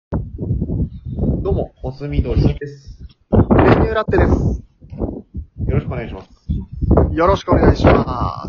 どうも、おすみどりです。 練乳ラッテです。 よろしくお願いします。 よろしくお願いします。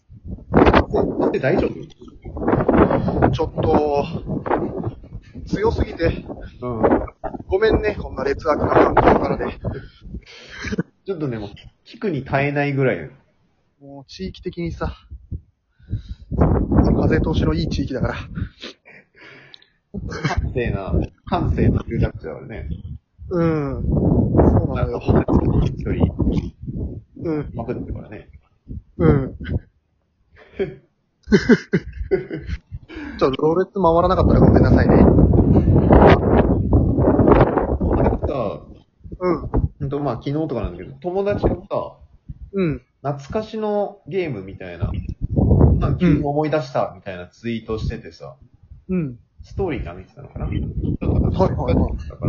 で、大丈夫？ ちょっと、強すぎて、 うん。 ごめんね、こんな劣悪な環境からで。 ちょっとね、もう、聞くに耐えないぐらい、 もう地域的にさ、風通しのいい地域だから。 閑静な住宅地だからね。 うん。そうなのよ。 距離、 うん。 まくってるからね。 うん。ろれつ回らなかったらごめんなさいね。 あれさ、 うん。 まあ、昨日とかなんだけど、友達がさ、 うん。 懐かしのゲームみたいな、急にうん。 思い出したみたいなツイートしててさ、 うん。 ストーリー上げてたのかな。ちょっと私はいはいはい。 だから、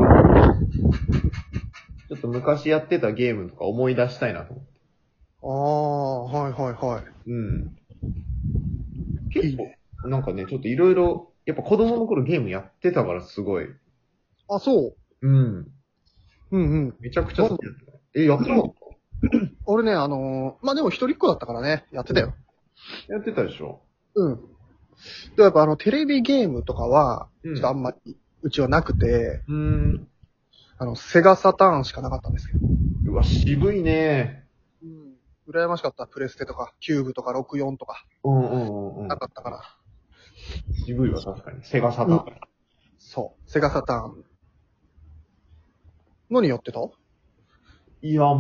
ちょっと昔やってたゲームとか思い出したいなと思って。 ああ、はいはいはうん。 い。い結構、 いね。 なんかね、ちょっといろいろ、やっぱ子供の頃ゲームやってたからすごい。 あ、そう。 うん。 うんうん。 めちゃくちゃ好きだった。やってなかっ俺ね、まあ、でも一人っ子だったからね、やってたよ。 た？やってたでしょ？ うん。で、やっぱテレビゲームとかは、 うん。 ちょっとあんまり、うちはなくて、 うーん。 セガサターンしかなかったんですけど。 うわ、渋いね。 うん。羨ましかった。プレステとか、キューブとか、64とか、 うんうんうんうん。 なかったから。 渋いわ、確かに。セガサタうん。 ーン。 そう。セガサターン。何やってた？ いや、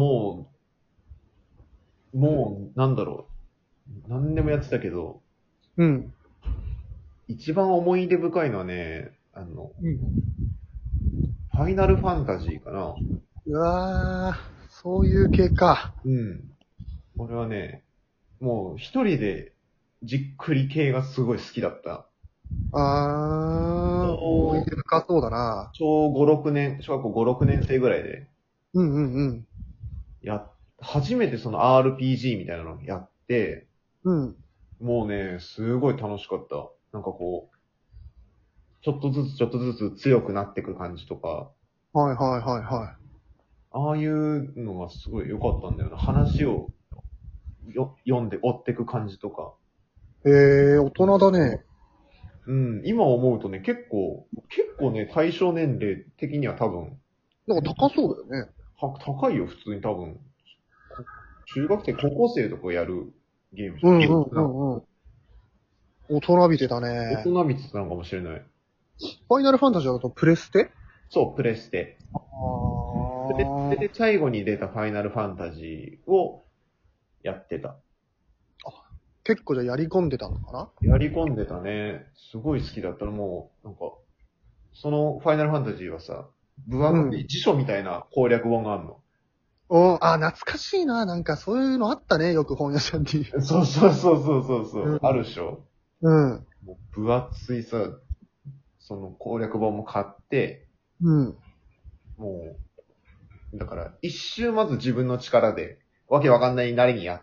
なんだろう。何でもやってたけど、 うん。 一番思い出深いのはね、 うん。 ファイナルファンタジーかな。 うわー、そういう系か。 うん。俺はね、もう一人でじっくり系がすごい好きだった。 思い出深そうだな。 小5、6年、小学校5、6年生ぐらいで、 うんうんうん。 初めてその RPG みたいなのをやって、 うん。 もうね、すごい楽しかった。なんかこう、ちょっとずつ強くなっていく感じとか、 はいはいはいはああいうのがすごい良かったんだよな。話を読んで追っていく感じとか。 い。大人だね。 うん、今思うとね、結構ね、対象年齢的には多分、 なんか高そうだよね。 高いよ、普通に多分。中学生、高校生とかやるゲームじゃん。 うんうんうんうん。大人びてた大ね。 人びてたのかもしれない。 ファイナルファンタジーだとプレステ？ そう、プレステ。 あプレステで最後に出たファイナルファンタジーをやってた。 結構じゃあやり込んでたのかな？ やり込んでたね。すごい好きだったらもう、なんか、そのファイナルファンタジーはさ、分厚い辞書みたいな攻略本があるの。 懐かしいな。なんかそういうのあったね。よく本屋さんに。 そう、 うん。 あるでしょ。 うん。 もう分厚いさ、その攻略本も買って、 うん。 もだから、一周まず自分の力で、わけわかんないなりにやって、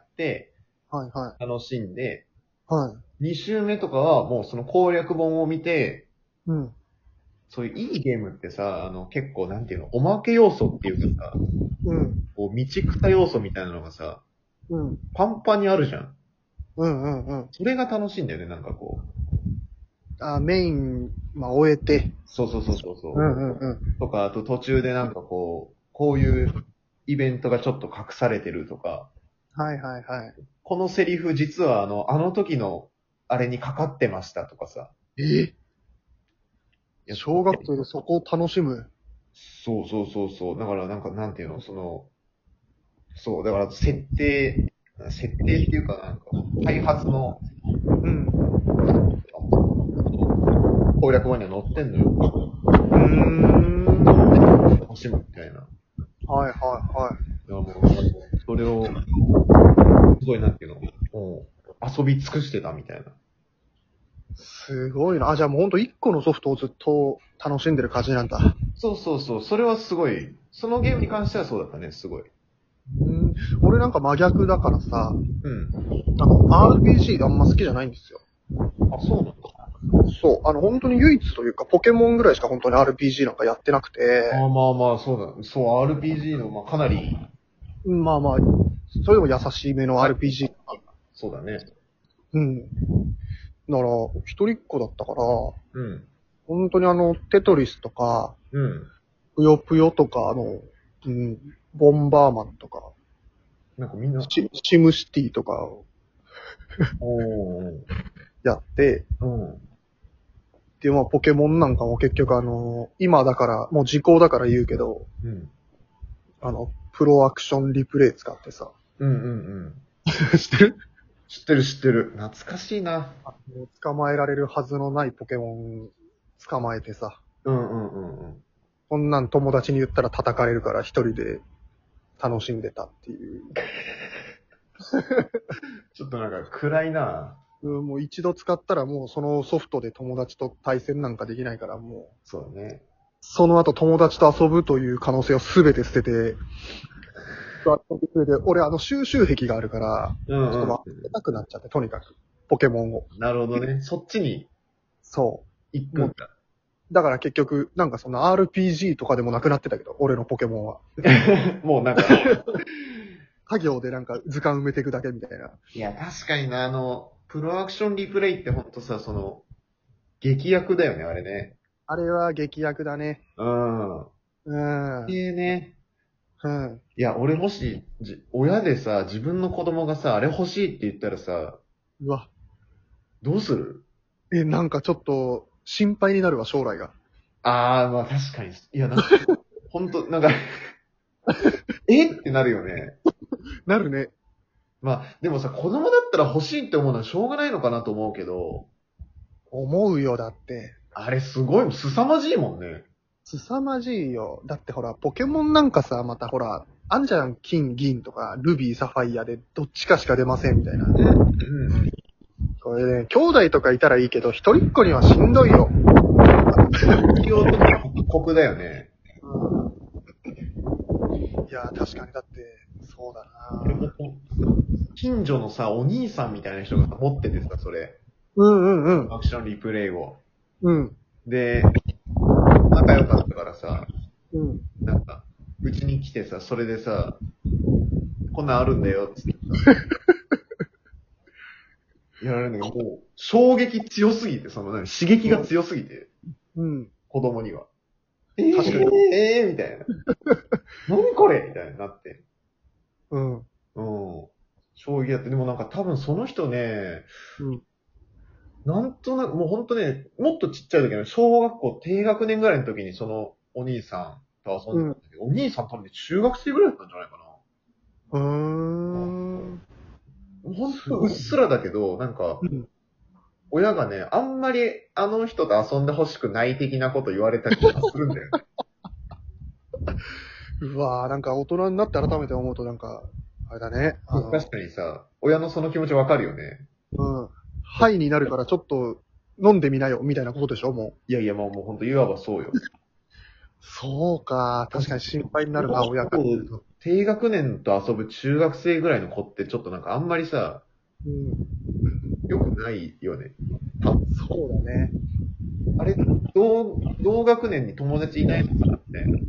はいは楽しんで、 い。はい。 二周目とかはもうその攻略本を見て、 うん。 そういういいゲームってさ、結構なんていうの、おまけ要素っていうかさ、 うん。 こう、道草要素みたいなのがさ、 うん。 パンパンにあるじゃん。 うんうんうん。 それが楽しいんだよね、なんかこう。 メイン、まあ、終えて。 そう。 うんうん。 とか、あと途中でなんかこういうイベントがちょっと隠されてるとか、 はいはいはい。 このセリフ実はあの時のあれにかかってましたとかさ。 えいや小学生でそこを楽しむ。 そう。だからなんか、なんていうの、そう、だから設定っていうかなんか、開発のうん。 攻略本には載ってんのよ。楽しむみたいな。 はいはいはい。 いやもう、それを、すごいなんていうの、もう、遊び尽くしてたみたいな。 すごいな。じゃあもうほんと一個のソフトをずっと楽しんでる感じなんだ。 そう。それはすごい、そのゲームに関してはそうだったね、すごい。 俺なんか真逆だからさ、 うん。 RPG あんま好きじゃないんですよ。 あ、そうなんだ。 そう、本当に唯一というか、ポケモンぐらいしか本当に RPG なんかやってなくて、 ああ、まあまあ、そうだ。そう、RPG の、まあかなり、 まあまあ、それでも優しめの RPG。 そうだね。 うん。だから、一人っ子だったから、 うん。 本当にテトリスとか、 うん。 ぷよぷよとか、ボンバーマンとか、 なんかみんな、 シムシティとかをおー、 やって、 うん。 で、まあ、ポケモンなんかも結局今だから、もう時効だから言うけど、 うん。 プロアクションリプレイ使ってさ、 うんうんうん。 知ってる？ 知ってる知ってる。懐かしいな。 捕まえられるはずのないポケモン捕まえてさ、 うんうんうんうん。 こんなん友達に言ったら叩かれるから一人で楽しんでたっていう。 ちょっとなんか暗いな。 もう一度使ったらもうそのソフトで友達と対戦なんかできないからもう、 そうだね。 その後友達と遊ぶという可能性をすべて捨てて、それで俺収集癖があるから、 うんうん。 ちょっとまあ、たくなっちゃって、とにかく、ポケモンを。 なるほどね。そっちにそ行くんだ。 う。だから結局、なんかその RPG とかでもなくなってたけど、俺のポケモンは。 もうなんか、 作業でなんか図鑑埋めていくだけみたいな。 いや、確かにな、プロアクションリプレイってほんとさ、劇薬だよね、あれね。 あれは劇薬だね。 うん。 うん。 ね。 うん。 いや、俺もし、親でさ、自分の子供がさ、あれ欲しいって言ったらさ、 うわ。 どうする？ なんかちょっと、心配になるわ、将来が。 あー、まあ確かに。いや、なんか、ほんと、なんかえってなるよね。 なるね。 まあ、でもさ、子供だったら欲しいって思うのはしょうがないのかなと思うけど、 思うよ、だって。 あれすごい、凄まじいもんね。 凄まじいよ。だってほら、ポケモンなんかさ、またほら、あんじゃん、金、銀とか、ルビー、サファイアで、どっちかしか出ませんみたいな。 うん。 これね、兄弟とかいたらいいけど、一人っ子にはしんどいよ。 企業とか酷だよね。 いや、確かに、だって、そうだな。 俺も近所のさ、お兄さんみたいな人が持っててさ、それ。 うんうんうん。 アクションリプレイを。 うん。 で、仲良かったからさ、 うん。 なんか、うちに来てさ、それでさ、こんなんあるんだよ、つってさ、やられるんだけど、もう、衝撃強すぎて、刺激が強すぎて、 うん。 子供には。 確かにみたいな。何これみたいになって。 うん。 うん。衝撃だって。でもなんか多分その人ね、 うん。 なんとなく、もうほんとね、もっとちっちゃい時の小学校低学年ぐらいの時にそのお兄さんと遊んでたんだけど、お兄さん多分ね、中学生ぐらいだったんじゃないかうーん。 な。ほんとうっすらだけど、なんか、 うん親がね、あんまりあの人と遊んでほしくない的なこと言われたりとかするんだよね。 うわぁ、なんか大人になって改めて思うとなんか、あれだね。 確かにさ、親のその気持ちわかるよね。 うん。ハイになるからちょっと飲んでみなよ、みたいなことでしょ、もう。 いやいや、もうほんといわばそうよ。 そうか。確かに心配になるな、親が。 低学年と遊ぶ中学生ぐらいの子ってちょっとなんかあんまりさ、 うん。 良くないよね。 そうだね。 あれ、同学年に友達いないのかなみたいな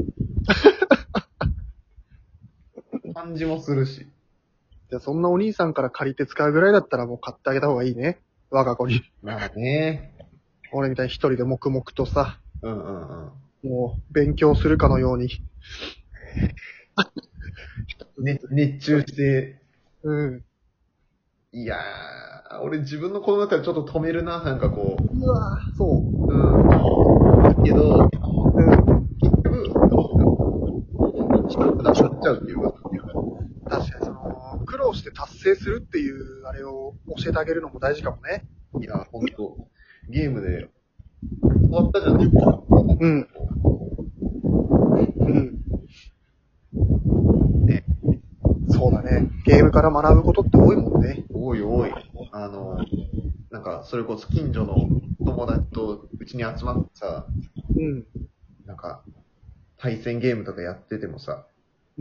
感じもするし。 じゃあそんなお兄さんから借りて使うぐらいだったらもう買ってあげた方がいいね。我が子に。 まあね。 俺みたいに一人で黙々とさ、 うんうんうん。 もう勉強するかのように。 熱中して、 うん。 いやー、俺自分の子供だったらちょっと止めるな、なんかこう。 うわぁ、そうん。けど、 う。うん。 結局、近くなっちゃうっていうか、 確かに苦労して達成するっていう、あれを教えてあげるのも大事かもね。 いや、ほんと、ゲームで、終わったじゃん、 うん。うん。 ね。 そうだね。ゲームから学ぶことって多いもんね。 多い多い。なんか、それこそ近所の友達とうちに集まってさ、 うん。 なんか、対戦ゲームとかやっててもさ、 うん。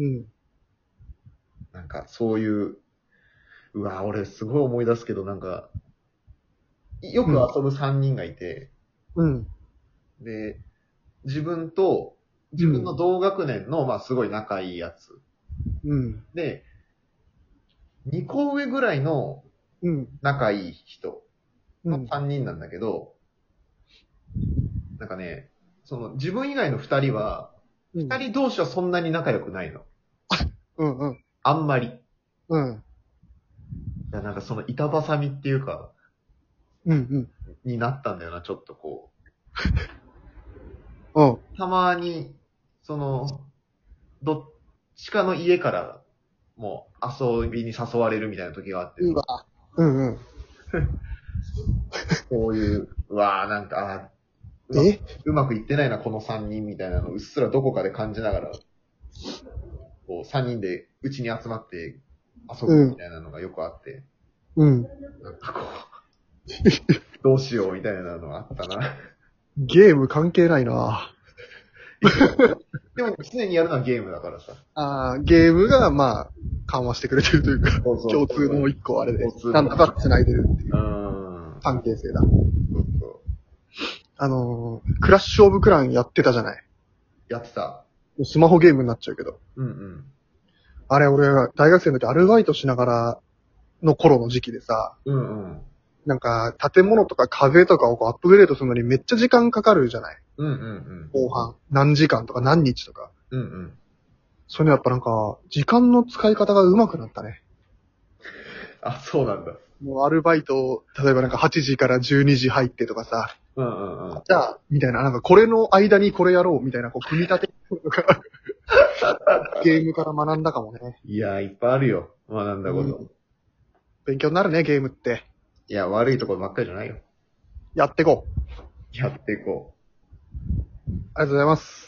なんかそういう、うわ、俺すごい思い出すけど、なんか、 よく遊ぶ3人がいて、 うん。 で、自分の同学年の、まあすごい仲いいやつ。 うん。 で、2個上ぐらいのうん。 仲いい人のうん。 3人なんだけど、なんかね、その自分以外の2人は、 うん。 2人同士はそんなに仲良くないの。 うんうん。 あんまり。いうん。 やなんかその板挟みっていうか、 うんになったんだよな、ちょっとこうん。うん。 う。たまに、その、どっちかの家からもう遊びに誘われるみたいな時があって、 うわ。うんうん。 こういう、うわーなんか、うまえうまくいってないな、この3人みたいなのをうっすらどこかで感じながら、こう3人でうちに集まって遊ぶみたいなのがよくあって、 うん。 なんかこう、どうしようみたいなのがあったな。 ゲーム関係ないな。 でも常にやるのはゲームだからさ。 ああ、ゲームが、まあ、緩和してくれてるというか、 そうそう共通の一個あれで共通、のなんとか繋いでるっていううん。 関係性だ。 そうそう。 クラッシュオブクランやってたじゃない。 やってた。 もうスマホゲームになっちゃうけど。 うんうん。 あれ、俺、大学生の時アルバイトしながらの頃の時期でさ、 うんうん。 なんか、建物とか壁とかをこうアップグレードするのにめっちゃ時間かかるじゃない。 うんうん後半。何時間とか何日とか。 うん。うんうん。 それやっぱなんか、時間の使い方が上手くなったね。 あ、そうなんだ。 もうアルバイト、例えばなんか8時から12時入ってとかさ、 うんうんうん。 じゃあ、みたいな、なんかこれの間にこれやろうみたいな、こう、組み立てとか、ゲームから学んだかもね。 いやー、いっぱいあるよ。学んだこと。 うん勉強になるね、ゲームって。 いや、悪いところばっかりじゃないよ。 やってこう。 やっていこう。 ありがとうございます。